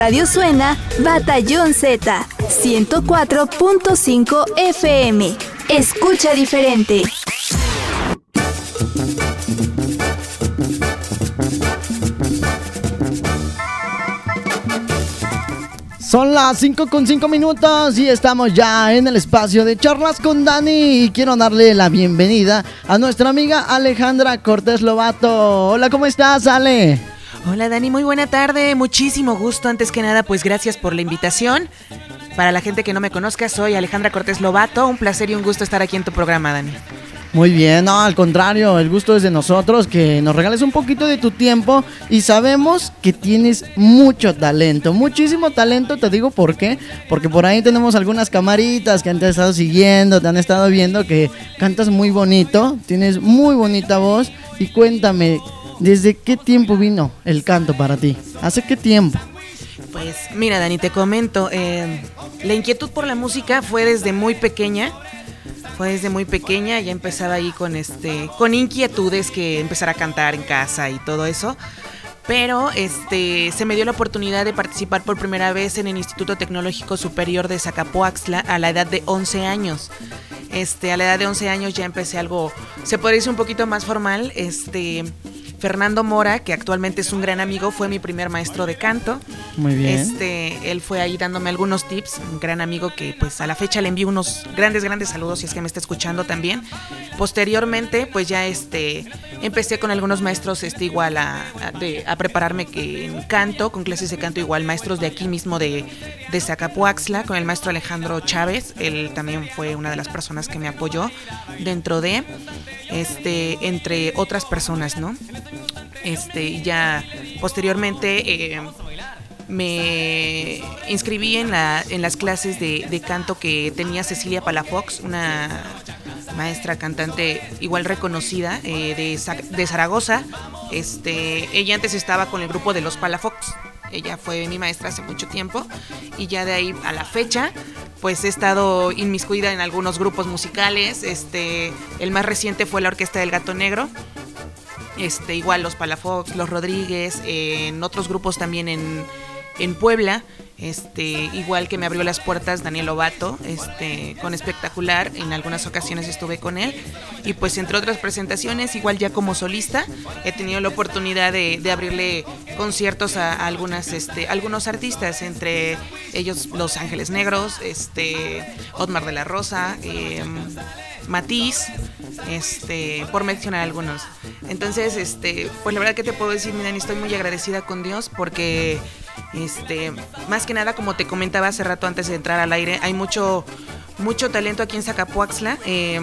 Radio suena Batallón Z 104.5 FM. Escucha diferente. Son las 5:05 y estamos ya en el espacio de charlas con Dani y quiero darle la bienvenida a nuestra amiga Alejandra Cortés Lobato. Hola, ¿cómo estás, Ale? Hola, Dani, muy buena tarde, muchísimo gusto. Antes que nada, pues gracias por la invitación. Para la gente que no me conozca, soy Alejandra Cortés Lobato. Un placer y un gusto estar aquí en tu programa, Dani. Muy bien, no, al contrario, el gusto es de nosotros, que nos regales un poquito de tu tiempo y sabemos que tienes mucho talento, muchísimo talento, te digo por qué, porque por ahí tenemos algunas camaritas que te han estado siguiendo, te han estado viendo que cantas muy bonito, tienes muy bonita voz y cuéntame, ¿desde qué tiempo vino el canto para ti? ¿Hace qué tiempo? Pues mira, Dani, te comento, la inquietud por la música fue desde muy pequeña. Ya empezaba ahí con inquietudes que empezar a cantar en casa y todo eso. Pero se me dio la oportunidad de participar por primera vez en el Instituto Tecnológico Superior de Zacapoaxtla a la edad de 11 años. A la edad de 11 años ya empecé algo, se podría decir un poquito más formal. Fernando Mora, que actualmente es un gran amigo, fue mi primer maestro de canto. Muy bien. Él fue ahí dándome algunos tips, un gran amigo que pues a la fecha le envío unos grandes saludos si es que me está escuchando también. Posteriormente, pues ya empecé con algunos maestros igual a prepararme en canto, con clases de canto igual, maestros de aquí mismo de Zacapoaxtla, con el maestro Alejandro Chávez. Él también fue una de las personas que me apoyó dentro de entre otras personas, ¿no? Ya posteriormente me inscribí en las clases de canto que tenía Cecilia Palafox, una maestra cantante igual reconocida de Zaragoza. Ella antes estaba con el grupo de los Palafox. Ella fue mi maestra hace mucho tiempo y ya de ahí a la fecha pues he estado inmiscuida en algunos grupos musicales. El más reciente fue la Orquesta del Gato Negro. Igual los Palafox, los Rodríguez, en otros grupos también en Puebla. Igual que me abrió las puertas Daniel Lobato, con Espectacular, en algunas ocasiones estuve con él y pues entre otras presentaciones, igual ya como solista, he tenido la oportunidad de abrirle conciertos a algunos artistas, entre ellos Los Ángeles Negros, Otmar de la Rosa, Matiz, por mencionar algunos. Entonces, pues la verdad que te puedo decir, mi Dani, estoy muy agradecida con Dios porque más que nada, como te comentaba hace rato antes de entrar al aire, hay mucho talento aquí en Zacapoaxtla,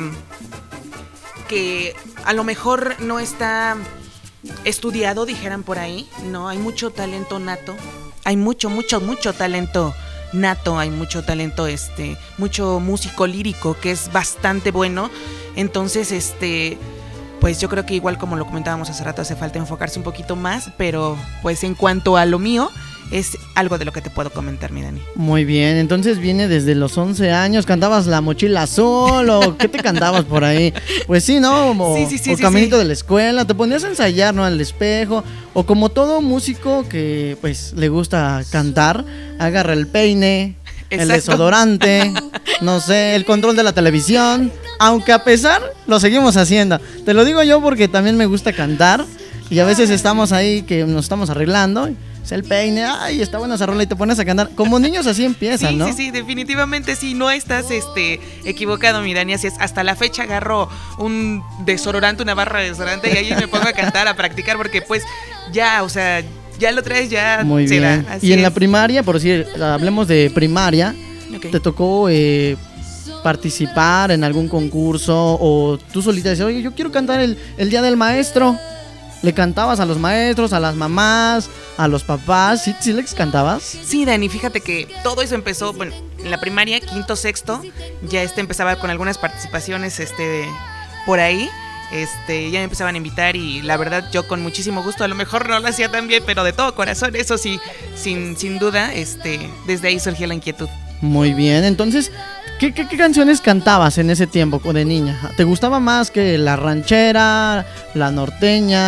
que a lo mejor no está estudiado, dijeran por ahí. No, hay mucho talento nato, hay mucho talento nato, hay mucho talento, mucho músico lírico que es bastante bueno. Entonces, pues yo creo que igual como lo comentábamos hace rato, hace falta enfocarse un poquito más, pero pues en cuanto a lo mío, es algo de lo que te puedo comentar, mi Dani. Muy bien, entonces viene desde los 11 años, ¿cantabas La Mochila Azul o qué te cantabas por ahí? Pues sí, ¿no? O Caminito de la Escuela, te ponías a ensayar, ¿no? Al espejo, o como todo músico que pues le gusta cantar, agarra el peine, exacto, el desodorante, no sé, el control de la televisión, aunque a pesar lo seguimos haciendo. Te lo digo yo porque también me gusta cantar y a veces estamos ahí que nos estamos arreglando, el peine, ay, está buena esa rola y te pones a cantar. Como niños así empiezan, sí, ¿no? Sí, definitivamente sí, no estás equivocado, mi Dani, así es. Hasta la fecha agarro un desodorante, una barra de desodorante y ahí me pongo a cantar, a practicar, porque pues ya, o sea, ya lo traes, ya muy se bien. da. Así y en es. la primaria, por decir, hablemos de primaria, okay, ¿te tocó participar en algún concurso o tú solita decías, oye, yo quiero cantar el Día del Maestro? ¿Le cantabas a los maestros, a las mamás, a los papás? ¿Sí les cantabas? Sí, Dani, fíjate que todo eso empezó, bueno, en la primaria, quinto, sexto, ya empezaba con algunas participaciones por ahí. Ya me empezaban a invitar y la verdad yo con muchísimo gusto, a lo mejor no lo hacía tan bien, pero de todo corazón, eso sí, sin duda, desde ahí surgió la inquietud. Muy bien, entonces, ¿qué canciones cantabas en ese tiempo de niña? ¿Te gustaba más que la ranchera, la norteña?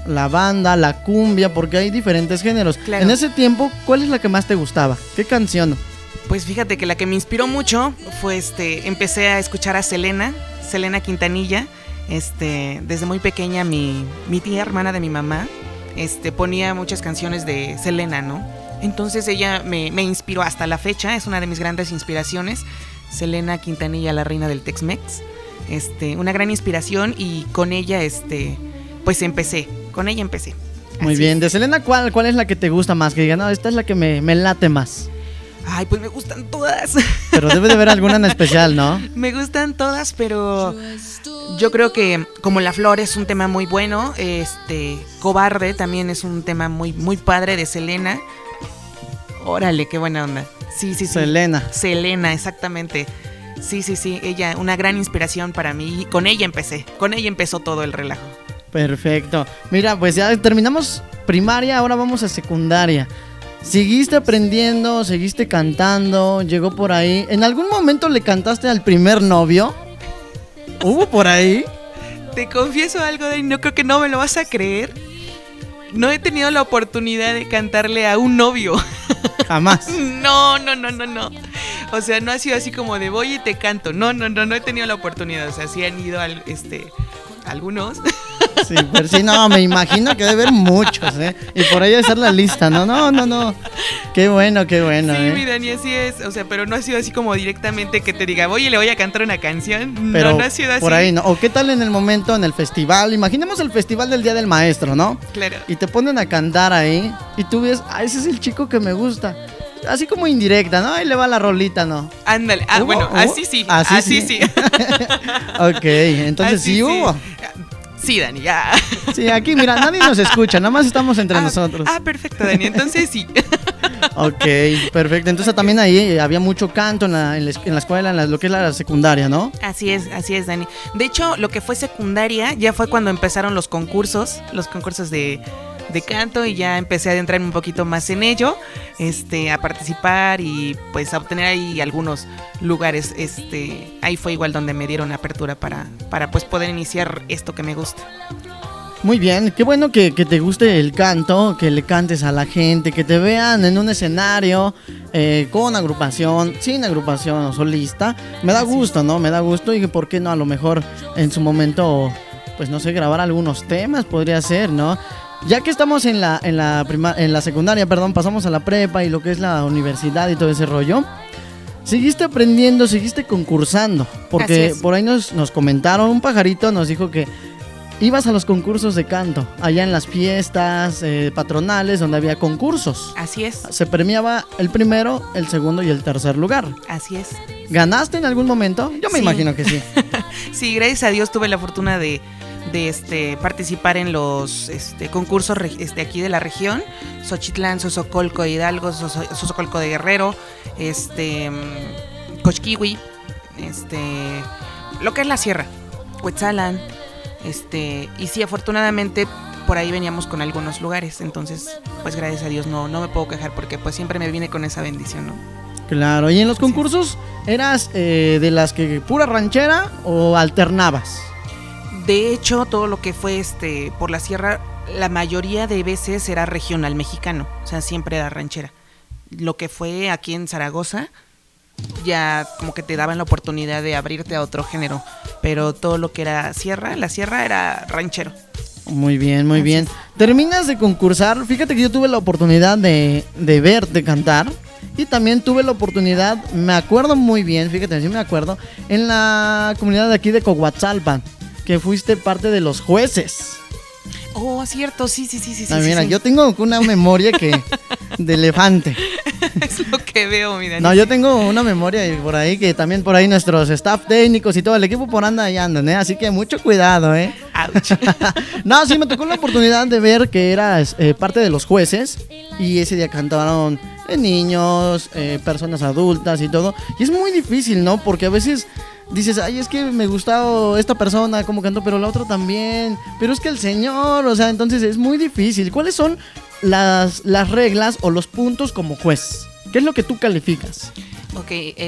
la banda, la cumbia, porque hay diferentes géneros. Claro. En ese tiempo, ¿cuál es la que más te gustaba? ¿Qué canción? Pues fíjate que la que me inspiró mucho fue empecé a escuchar a Selena Quintanilla. Desde muy pequeña mi tía hermana de mi mamá ponía muchas canciones de Selena, ¿no? Entonces ella me inspiró hasta la fecha, es una de mis grandes inspiraciones. Selena Quintanilla, la reina del Tex-Mex. Una gran inspiración, y con ella pues empecé. Muy bien, de Selena, ¿cuál es la que te gusta más? Que diga, no, esta es la que me late más. Ay, pues me gustan todas. Pero debe de haber alguna en especial, ¿no? Me gustan todas, pero yo creo que como La Flor es un tema muy bueno. Cobarde también es un tema muy, muy padre de Selena. Órale, qué buena onda. Sí. Selena, exactamente. Sí. Ella, una gran inspiración para mí. Y con ella empezó todo el relajo. Perfecto. Mira, pues ya terminamos primaria, ahora vamos a secundaria. ¿Seguiste aprendiendo? ¿Seguiste cantando? ¿Llegó por ahí? ¿En algún momento le cantaste al primer novio? ¿Hubo por ahí? Te confieso algo, Dani, no creo que no me lo vas a creer. No he tenido la oportunidad de cantarle a un novio. Jamás. No. O sea, no ha sido así como de voy y te canto. No he tenido la oportunidad. O sea, sí han ido algunos. Sí, pero sí, no, me imagino que debe haber muchos, ¿eh? Y por ahí debe ser la lista, no. Qué bueno, Sí, mi Dani, así es. O sea, pero no ha sido así como directamente que te diga, oye, le voy a cantar una canción. Pero no ha sido así. Por ahí, ¿no? O qué tal en el momento, en el festival. Imaginemos el festival del Día del Maestro, ¿no? Claro. Y te ponen a cantar ahí y tú ves, ese es el chico que me gusta. Así como indirecta, ¿no? Ahí le va la rolita, ¿no? Ándale. Bueno, así sí. Así sí. Ok, entonces así sí hubo. Sí, Dani, ya. Sí, aquí, mira, nadie nos escucha, nada más estamos entre nosotros. Perfecto, Dani, entonces sí. Ok, perfecto. Entonces también ahí había mucho canto en la escuela, lo que es la secundaria, ¿no? Así es, Dani. De hecho, lo que fue secundaria ya fue cuando empezaron los concursos de canto, y ya empecé a adentrarme un poquito más en ello, a participar y pues a obtener ahí algunos lugares. Ahí fue igual donde me dieron apertura para pues poder iniciar esto que me gusta. Muy bien, qué bueno que te guste el canto, que le cantes a la gente, que te vean en un escenario con agrupación, sin agrupación o solista. Me da gusto, ¿no? Me da gusto, y que por qué no, a lo mejor en su momento, pues no sé, grabar algunos temas podría ser, ¿no? Ya que estamos en la secundaria, pasamos a la prepa y lo que es la universidad y todo ese rollo. Seguiste aprendiendo, seguiste concursando, porque por ahí nos comentaron, un pajarito nos dijo que ibas a los concursos de canto, allá en las fiestas patronales donde había concursos. Así es. Se premiaba el primero, el segundo y el tercer lugar. Así es. ¿Ganaste en algún momento? Yo me imagino que sí. Sí, gracias a Dios tuve la fortuna de participar en los concursos aquí de la región: Xochitlán, Xozocolco, Hidalgo, Xozocolco de Guerrero, Cochquihui, lo que es la sierra, Huetzalan, y sí, afortunadamente por ahí veníamos con algunos lugares. Entonces, pues gracias a Dios no me puedo quejar, porque pues siempre me vine con esa bendición, ¿no? Claro, ¿y en los concursos eras de las que pura ranchera o alternabas? De hecho, todo lo que fue por la sierra, la mayoría de veces era regional mexicano, o sea, siempre era ranchera. Lo que fue aquí en Zaragoza, ya como que te daban la oportunidad de abrirte a otro género, pero todo lo que era la sierra era ranchero. Muy bien, muy bien. Terminas de concursar. Fíjate que yo tuve la oportunidad de verte cantar. Y también tuve la oportunidad, me acuerdo muy bien, fíjate, sí me acuerdo, en la comunidad de aquí de Coahuatzalpan, que fuiste parte de los jueces. Oh, cierto, sí. Mira, sí. Yo tengo una memoria de elefante. Es lo que veo, mira. No, yo tengo una memoria por ahí que también por ahí nuestros staff técnicos y todo el equipo por ahí andan, ¿eh? Así que mucho cuidado, ¿eh? Ouch. No, sí, me tocó la oportunidad de ver que eras parte de los jueces, y ese día cantaron niños, personas adultas y todo. Y es muy difícil, ¿no? Porque a veces dices, ay, es que me gustó esta persona como cantó, pero la otra también. Pero es que el señor, o sea, entonces es muy difícil. ¿Cuáles son las reglas o los puntos como juez? ¿Qué es lo que tú calificas? Ok,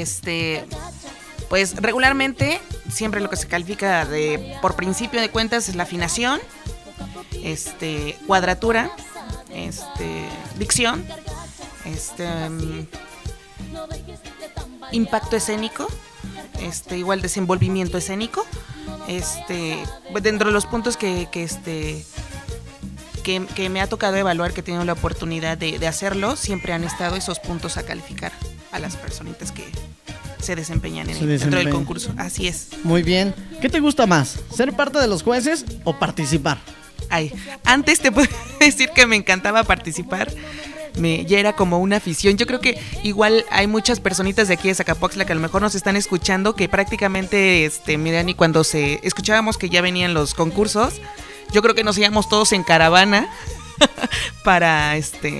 pues regularmente siempre lo que se califica por principio de cuentas es la afinación, cuadratura, dicción, impacto escénico, igual desenvolvimiento escénico, dentro de los puntos que me ha tocado evaluar, que he tenido la oportunidad de hacerlo, siempre han estado esos puntos a calificar a las personitas que se desempeñan dentro del concurso. Así es. Muy bien. ¿Qué te gusta más? ¿Ser parte de los jueces o participar? Ay, antes te puedo decir que me encantaba participar. Ya era como una afición. Yo creo que igual hay muchas personitas de aquí de Zacapoaxtla que a lo mejor nos están escuchando, que prácticamente, miren, y cuando escuchábamos que ya venían los concursos, yo creo que nos íbamos todos en caravana para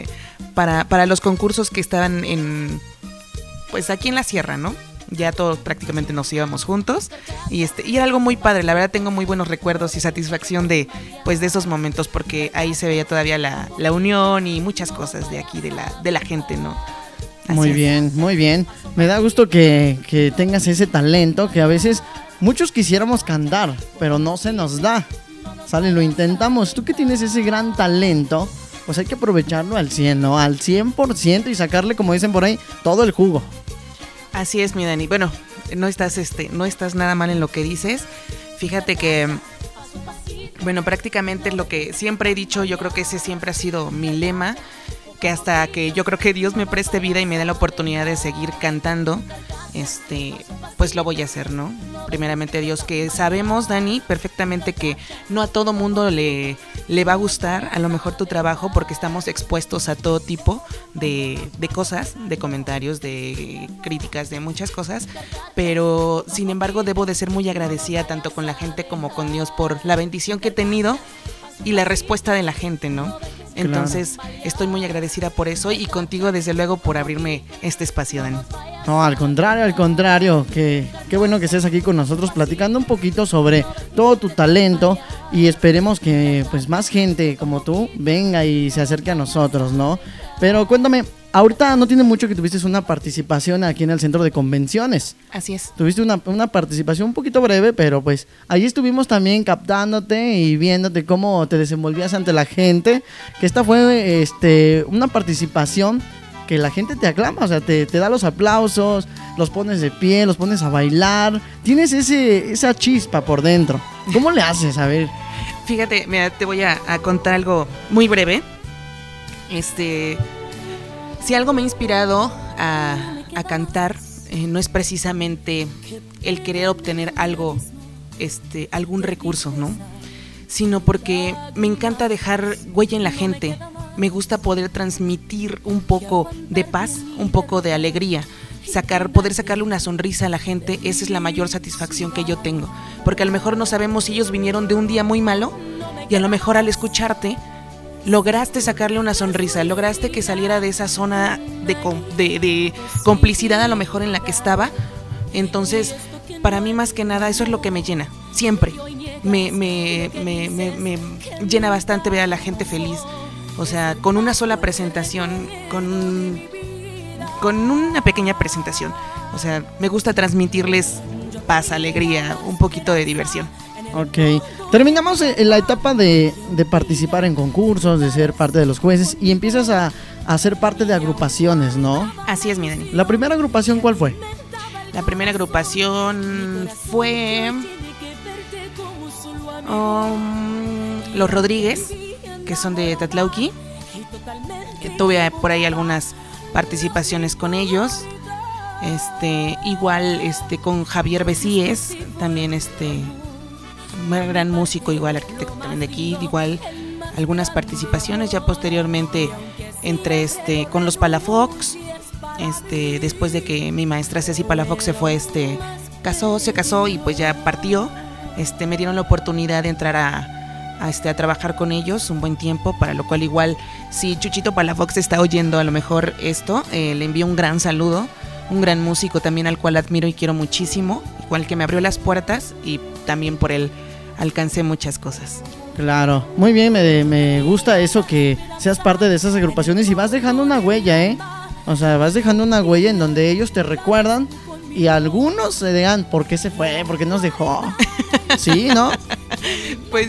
los concursos que estaban pues aquí en la sierra, ¿no? Ya todos prácticamente nos íbamos juntos y era algo muy padre. La verdad tengo muy buenos recuerdos y satisfacción de esos momentos, porque ahí se veía todavía la unión y muchas cosas de aquí, de la gente, ¿no? Muy bien, muy bien. Me da gusto que tengas ese talento que a veces muchos quisiéramos cantar, pero no se nos da. Sale, lo intentamos. Tú que tienes ese gran talento, pues hay que aprovecharlo al 100, ¿no? Al 100% y sacarle, como dicen por ahí, todo el jugo. Así es, mi Dani. Bueno, no estás nada mal en lo que dices. Fíjate que, bueno, prácticamente lo que siempre he dicho, yo creo que ese siempre ha sido mi lema, que hasta que yo creo que Dios me preste vida y me dé la oportunidad de seguir cantando, pues lo voy a hacer, ¿no? Primeramente Dios, que sabemos, Dani, perfectamente que no a todo mundo le va a gustar a lo mejor tu trabajo, porque estamos expuestos a todo tipo de cosas, de comentarios, de críticas, de muchas cosas, pero sin embargo debo de ser muy agradecida tanto con la gente como con Dios por la bendición que he tenido y la respuesta de la gente, ¿no? Entonces, estoy muy agradecida por eso y contigo, desde luego, por abrirme este espacio, Dani. No, al contrario, qué bueno que estés aquí con nosotros platicando un poquito sobre todo tu talento, y esperemos que pues más gente como tú venga y se acerque a nosotros, ¿no? Pero cuéntame, ahorita no tiene mucho que tuviste una participación aquí en el centro de convenciones. Así es. Tuviste una participación un poquito breve, pero pues ahí estuvimos también captándote y viéndote cómo te desenvolvías ante la gente, que esta fue una participación que la gente te aclama, o sea, te da los aplausos, los pones de pie, los pones a bailar, tienes esa chispa por dentro. ¿Cómo le haces? A ver. Fíjate, mira, te voy a contar algo muy breve. Si algo me ha inspirado a cantar, no es precisamente el querer obtener algo, algún recurso, ¿no? Sino porque me encanta dejar huella en la gente. Me gusta poder transmitir un poco de paz, un poco de alegría, poder sacarle una sonrisa a la gente. Esa es la mayor satisfacción que yo tengo, porque a lo mejor no sabemos si ellos vinieron de un día muy malo, y a lo mejor al escucharte lograste sacarle una sonrisa, lograste que saliera de esa zona de complicidad a lo mejor en la que estaba. Entonces, para mí más que nada eso es lo que me llena, siempre me llena bastante ver a la gente feliz. O sea, con una sola presentación, con una pequeña presentación. O sea, me gusta transmitirles paz, alegría, un poquito de diversión. Ok, terminamos en la etapa de participar en concursos, de ser parte de los jueces, y empiezas a ser parte de agrupaciones, ¿no? Así es, mi Dani. ¿La primera agrupación cuál fue? La primera agrupación fue Los Rodríguez, que son de Tatlauqui. Tuve por ahí algunas participaciones con ellos. Igual con Javier Besíes, también un gran músico, igual arquitecto también de aquí, igual algunas participaciones. Ya posteriormente con los Palafox, después de que mi maestra Ceci Palafox se fue, se casó y pues ya partió. Me dieron la oportunidad de entrar a trabajar con ellos un buen tiempo, para lo cual igual, si Chuchito Palafox está oyendo a lo mejor le envío un gran saludo, un gran músico también al cual admiro y quiero muchísimo, igual que me abrió las puertas y también por él alcancé muchas cosas. Claro, muy bien, me gusta eso, que seas parte de esas agrupaciones y vas dejando una huella, o sea, vas dejando una huella en donde ellos te recuerdan y algunos se digan, ¿por qué se fue? ¿Por qué nos dejó? ¿Sí, no? Pues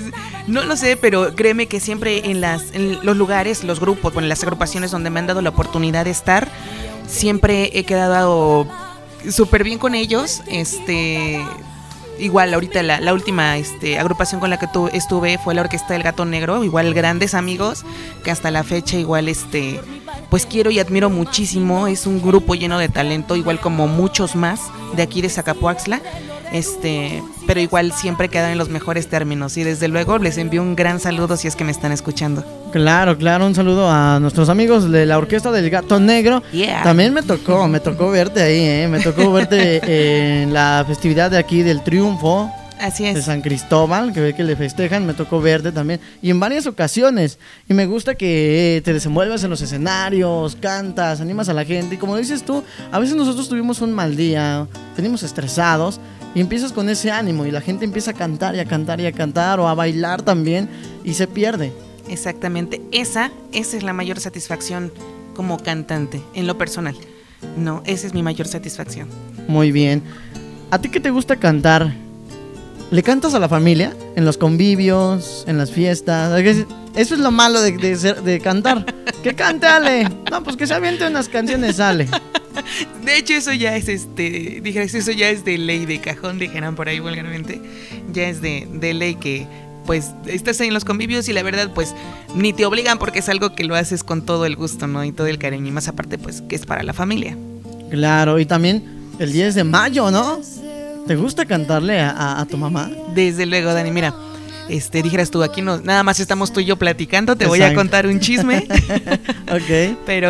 No lo sé, pero créeme que siempre en los lugares, los grupos, bueno, las agrupaciones donde me han dado la oportunidad de estar, siempre he quedado súper bien con ellos. Igual ahorita la última agrupación con la que estuve fue la Orquesta del Gato Negro, igual grandes amigos que hasta la fecha igual pues quiero y admiro muchísimo. Es un grupo lleno de talento, igual como muchos más de aquí de Zacapoaxtla, pero igual siempre quedan en los mejores términos y desde luego les envío un gran saludo si es que me están escuchando. Claro, un saludo a nuestros amigos de la Orquesta del Gato Negro. Yeah. También me tocó verte ahí, me tocó verte en la festividad de aquí del Triunfo. Así es. De San Cristóbal, que ve que le festejan, me tocó verte también, y en varias ocasiones, y me gusta que te desenvuelvas en los escenarios, cantas, animas a la gente, y como dices tú, a veces nosotros tuvimos un mal día, venimos estresados, y empiezas con ese ánimo, y la gente empieza a cantar, y a cantar, y a cantar, o a bailar también, y se pierde. Exactamente, esa es la mayor satisfacción como cantante, en lo personal, no, esa es mi mayor satisfacción. Muy bien, ¿a ti qué te gusta cantar? ¿Le cantas a la familia? ¿En los convivios? ¿En las fiestas? Eso es lo malo de cantar. ¡Que cante, Ale! No, pues que se aviente unas canciones, Ale. De hecho, eso ya es eso ya es de ley, de cajón, dijeran por ahí vulgarmente. Ya es de ley que pues estás ahí en los convivios y la verdad pues ni te obligan porque es algo que lo haces con todo el gusto, ¿no? Y todo el cariño, y más aparte pues que es para la familia. Claro, y también el 10 de mayo, ¿no? ¿Te gusta cantarle a tu mamá? Desde luego, Dani, mira, dijeras tú, aquí no, nada más estamos tú y yo platicando, te voy a contar un chisme. Ok. Pero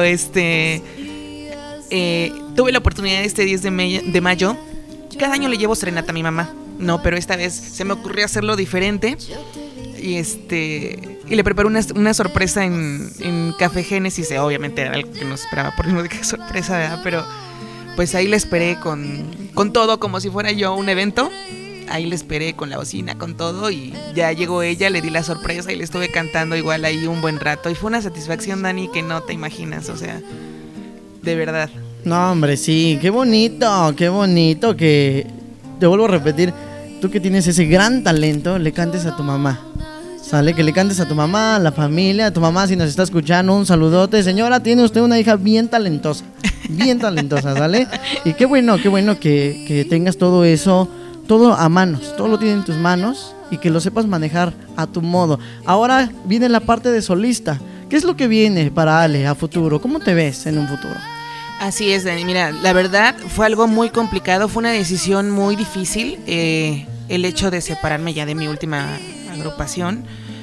tuve la oportunidad este 10 de mayo, cada año le llevo serenata a mi mamá, no, pero esta vez se me ocurrió hacerlo diferente. Y le preparé una sorpresa en Café Génesis, obviamente era algo que no esperaba, por no de qué sorpresa, ¿verdad? Pero pues ahí le esperé con todo, como si fuera yo un evento. Ahí le esperé con la bocina, con todo, y ya llegó ella, le di la sorpresa y le estuve cantando igual ahí un buen rato. Y fue una satisfacción, Dani, que no te imaginas, o sea, de verdad. No, hombre, sí, qué bonito que, te vuelvo a repetir, tú que tienes ese gran talento, le cantes a tu mamá. ¿Sale? Que le cantes a tu mamá, a la familia, a tu mamá si nos está escuchando, un saludote. Señora, tiene usted una hija bien talentosa, ¿sale? Y qué bueno que tengas todo eso, todo a manos, todo lo tienes en tus manos y que lo sepas manejar a tu modo. Ahora viene la parte de solista. ¿Qué es lo que viene para Ale a futuro? ¿Cómo te ves en un futuro? Así es, Dani. Mira, la verdad fue algo muy complicado, fue una decisión muy difícil, el hecho de separarme ya de mi última agrupación,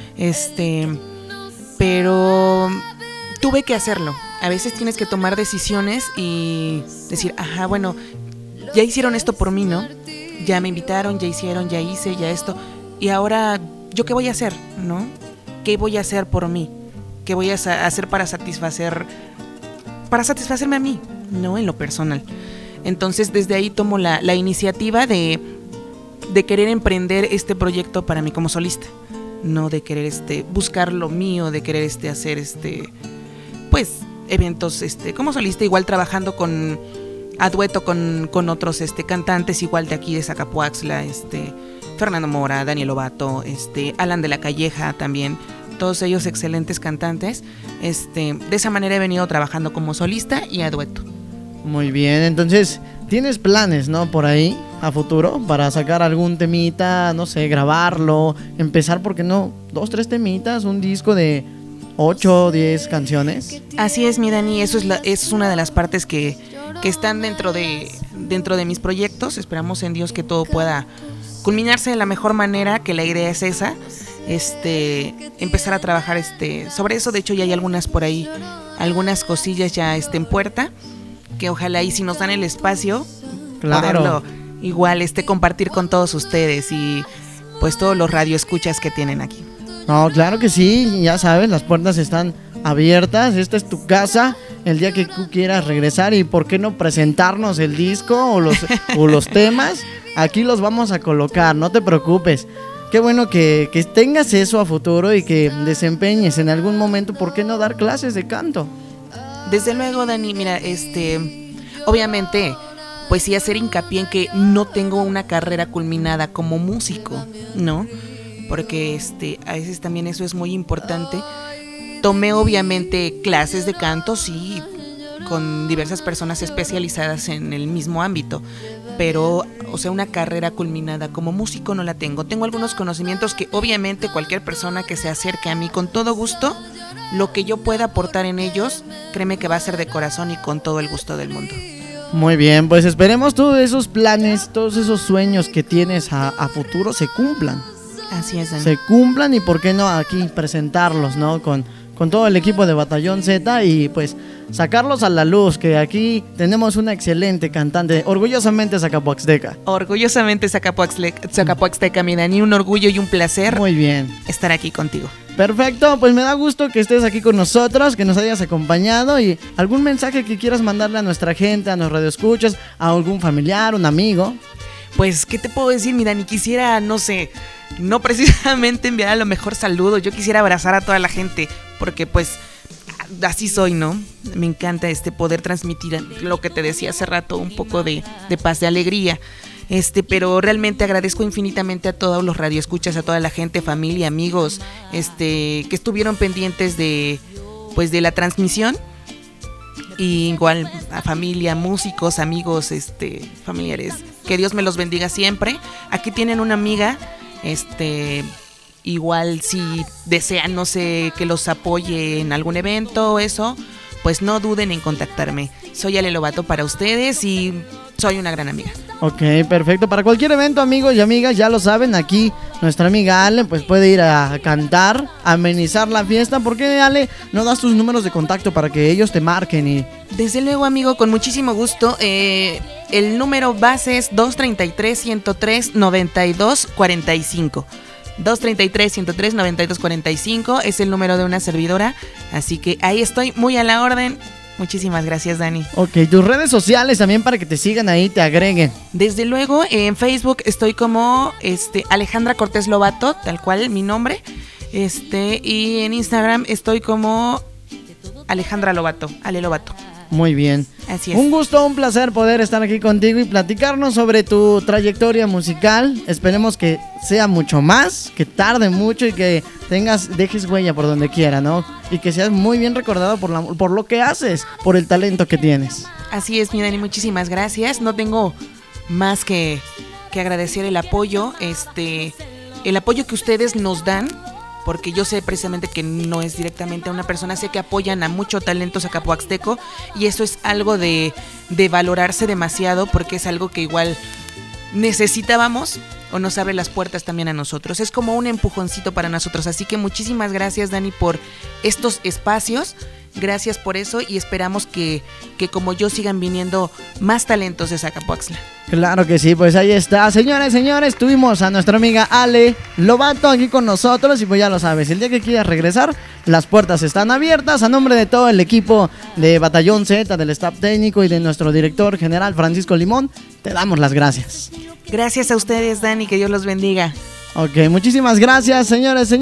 pero tuve que hacerlo. A veces tienes que tomar decisiones y decir, ajá, bueno, ya hicieron esto por mí, ¿no? Ya me invitaron, ya hicieron, ya hice, ya esto, y ahora, ¿yo qué voy a hacer, no? ¿Qué voy a hacer por mí? ¿Qué voy a hacer para satisfacerme a mí, no en lo personal? Entonces, desde ahí tomo la iniciativa de querer emprender este proyecto para mí como solista, no de querer buscar lo mío, de querer hacer pues eventos como solista, igual trabajando a dueto con otros cantantes igual de aquí de Zacapoaxtla, Fernando Mora, Daniel Lobato, Alan de la Calleja también, todos ellos excelentes cantantes. De esa manera he venido trabajando como solista y a dueto. Muy bien, entonces tienes planes, ¿no? Por ahí a futuro para sacar algún temita, no sé, grabarlo, empezar, ¿por qué no? 2, 3 temitas, un disco de 8, 10 canciones. Así es, mi Dani, eso es una de las partes que están dentro de mis proyectos. Esperamos en Dios que todo pueda culminarse de la mejor manera, que la idea es esa, empezar a trabajar sobre eso. De hecho ya hay algunas por ahí, algunas cosillas ya en puerta, que ojalá y si nos dan el espacio, claro, poderlo igual compartir con todos ustedes y pues todos los radioescuchas que tienen aquí. No, claro que sí, ya sabes, las puertas están abiertas, esta es tu casa, el día que tú quieras regresar y por qué no presentarnos el disco o los temas, aquí los vamos a colocar, no te preocupes. Qué bueno que tengas eso a futuro y que desempeñes en algún momento, ¿por qué no dar clases de canto? Desde luego, Dani, mira, obviamente, pues sí hacer hincapié en que no tengo una carrera culminada como músico, ¿no? porque a veces también eso es muy importante. Tomé obviamente clases de canto, sí, con diversas personas especializadas en el mismo ámbito, pero, o sea, una carrera culminada como músico no la tengo. Tengo algunos conocimientos que obviamente cualquier persona que se acerque a mí con todo gusto, lo que yo pueda aportar en ellos, créeme que va a ser de corazón y con todo el gusto del mundo. Muy bien, pues esperemos todos esos planes, todos esos sueños que tienes a futuro se cumplan. Así es, Dani. Se cumplan y por qué no aquí presentarlos, ¿no? Con todo el equipo de Batallón Z y pues sacarlos a la luz, que aquí tenemos una excelente cantante, orgullosamente zacapuaxteca. Orgullosamente zacapuaxteca, mi Dani, un orgullo y un placer. Muy bien. Estar aquí contigo. Perfecto, pues me da gusto que estés aquí con nosotros, que nos hayas acompañado y algún mensaje que quieras mandarle a nuestra gente, a los radioescuchas, a algún familiar, un amigo. Pues, ¿qué te puedo decir, mi Dani? Quisiera, no sé, no precisamente enviar a lo mejor saludos, yo quisiera abrazar a toda la gente, porque pues así soy, ¿no? Me encanta poder transmitir lo que te decía hace rato, un poco de paz, de alegría. Pero realmente agradezco infinitamente a todos los radioescuchas, a toda la gente, familia, amigos, que estuvieron pendientes de la transmisión. Y igual a familia, músicos, amigos, familiares, que Dios me los bendiga siempre. Aquí tienen una amiga, igual si desean, no sé, que los apoye en algún evento o eso, pues no duden en contactarme. Soy Ale Lobato para ustedes y soy una gran amiga. Ok, perfecto. Para cualquier evento, amigos y amigas, ya lo saben, aquí nuestra amiga Ale pues puede ir a cantar, a amenizar la fiesta. ¿Por qué, Ale, no das tus números de contacto para que ellos te marquen? Desde luego, amigo, con muchísimo gusto. El número base es 233-103-9245. 233-103-9245 es el número de una servidora, así que ahí estoy muy a la orden. Muchísimas gracias, Dani. Ok, tus redes sociales también para que te sigan ahí, te agreguen. Desde luego, en Facebook estoy como Alejandra Cortés Lobato, tal cual mi nombre. Y en Instagram estoy como Alejandra Lobato, Ale Lobato. Muy bien. Así es. Un gusto, un placer poder estar aquí contigo y platicarnos sobre tu trayectoria musical. Esperemos que sea mucho más, que tarde mucho y que dejes huella por donde quiera, ¿no? Y que seas muy bien recordado por lo que haces, por el talento que tienes. Así es, mi Dani, muchísimas gracias. No tengo más que agradecer el apoyo, el apoyo que ustedes nos dan, porque yo sé precisamente que no es directamente a una persona, sé que apoyan a mucho talento zacapuaxteco y eso es algo de valorarse demasiado, porque es algo que igual necesitábamos o nos abre las puertas también a nosotros. Es como un empujoncito para nosotros, así que muchísimas gracias, Dani, por estos espacios. Gracias por eso y esperamos que como yo sigan viniendo más talentos de Zacapuaxtla. Claro que sí, pues ahí está. Señores, tuvimos a nuestra amiga Ale Lobato aquí con nosotros y pues ya lo sabes, el día que quieras regresar, las puertas están abiertas. A nombre de todo el equipo de Batallón Z, del staff técnico y de nuestro director general Francisco Limón, te damos las gracias. Gracias a ustedes, Dani, que Dios los bendiga. Ok, muchísimas gracias, señores.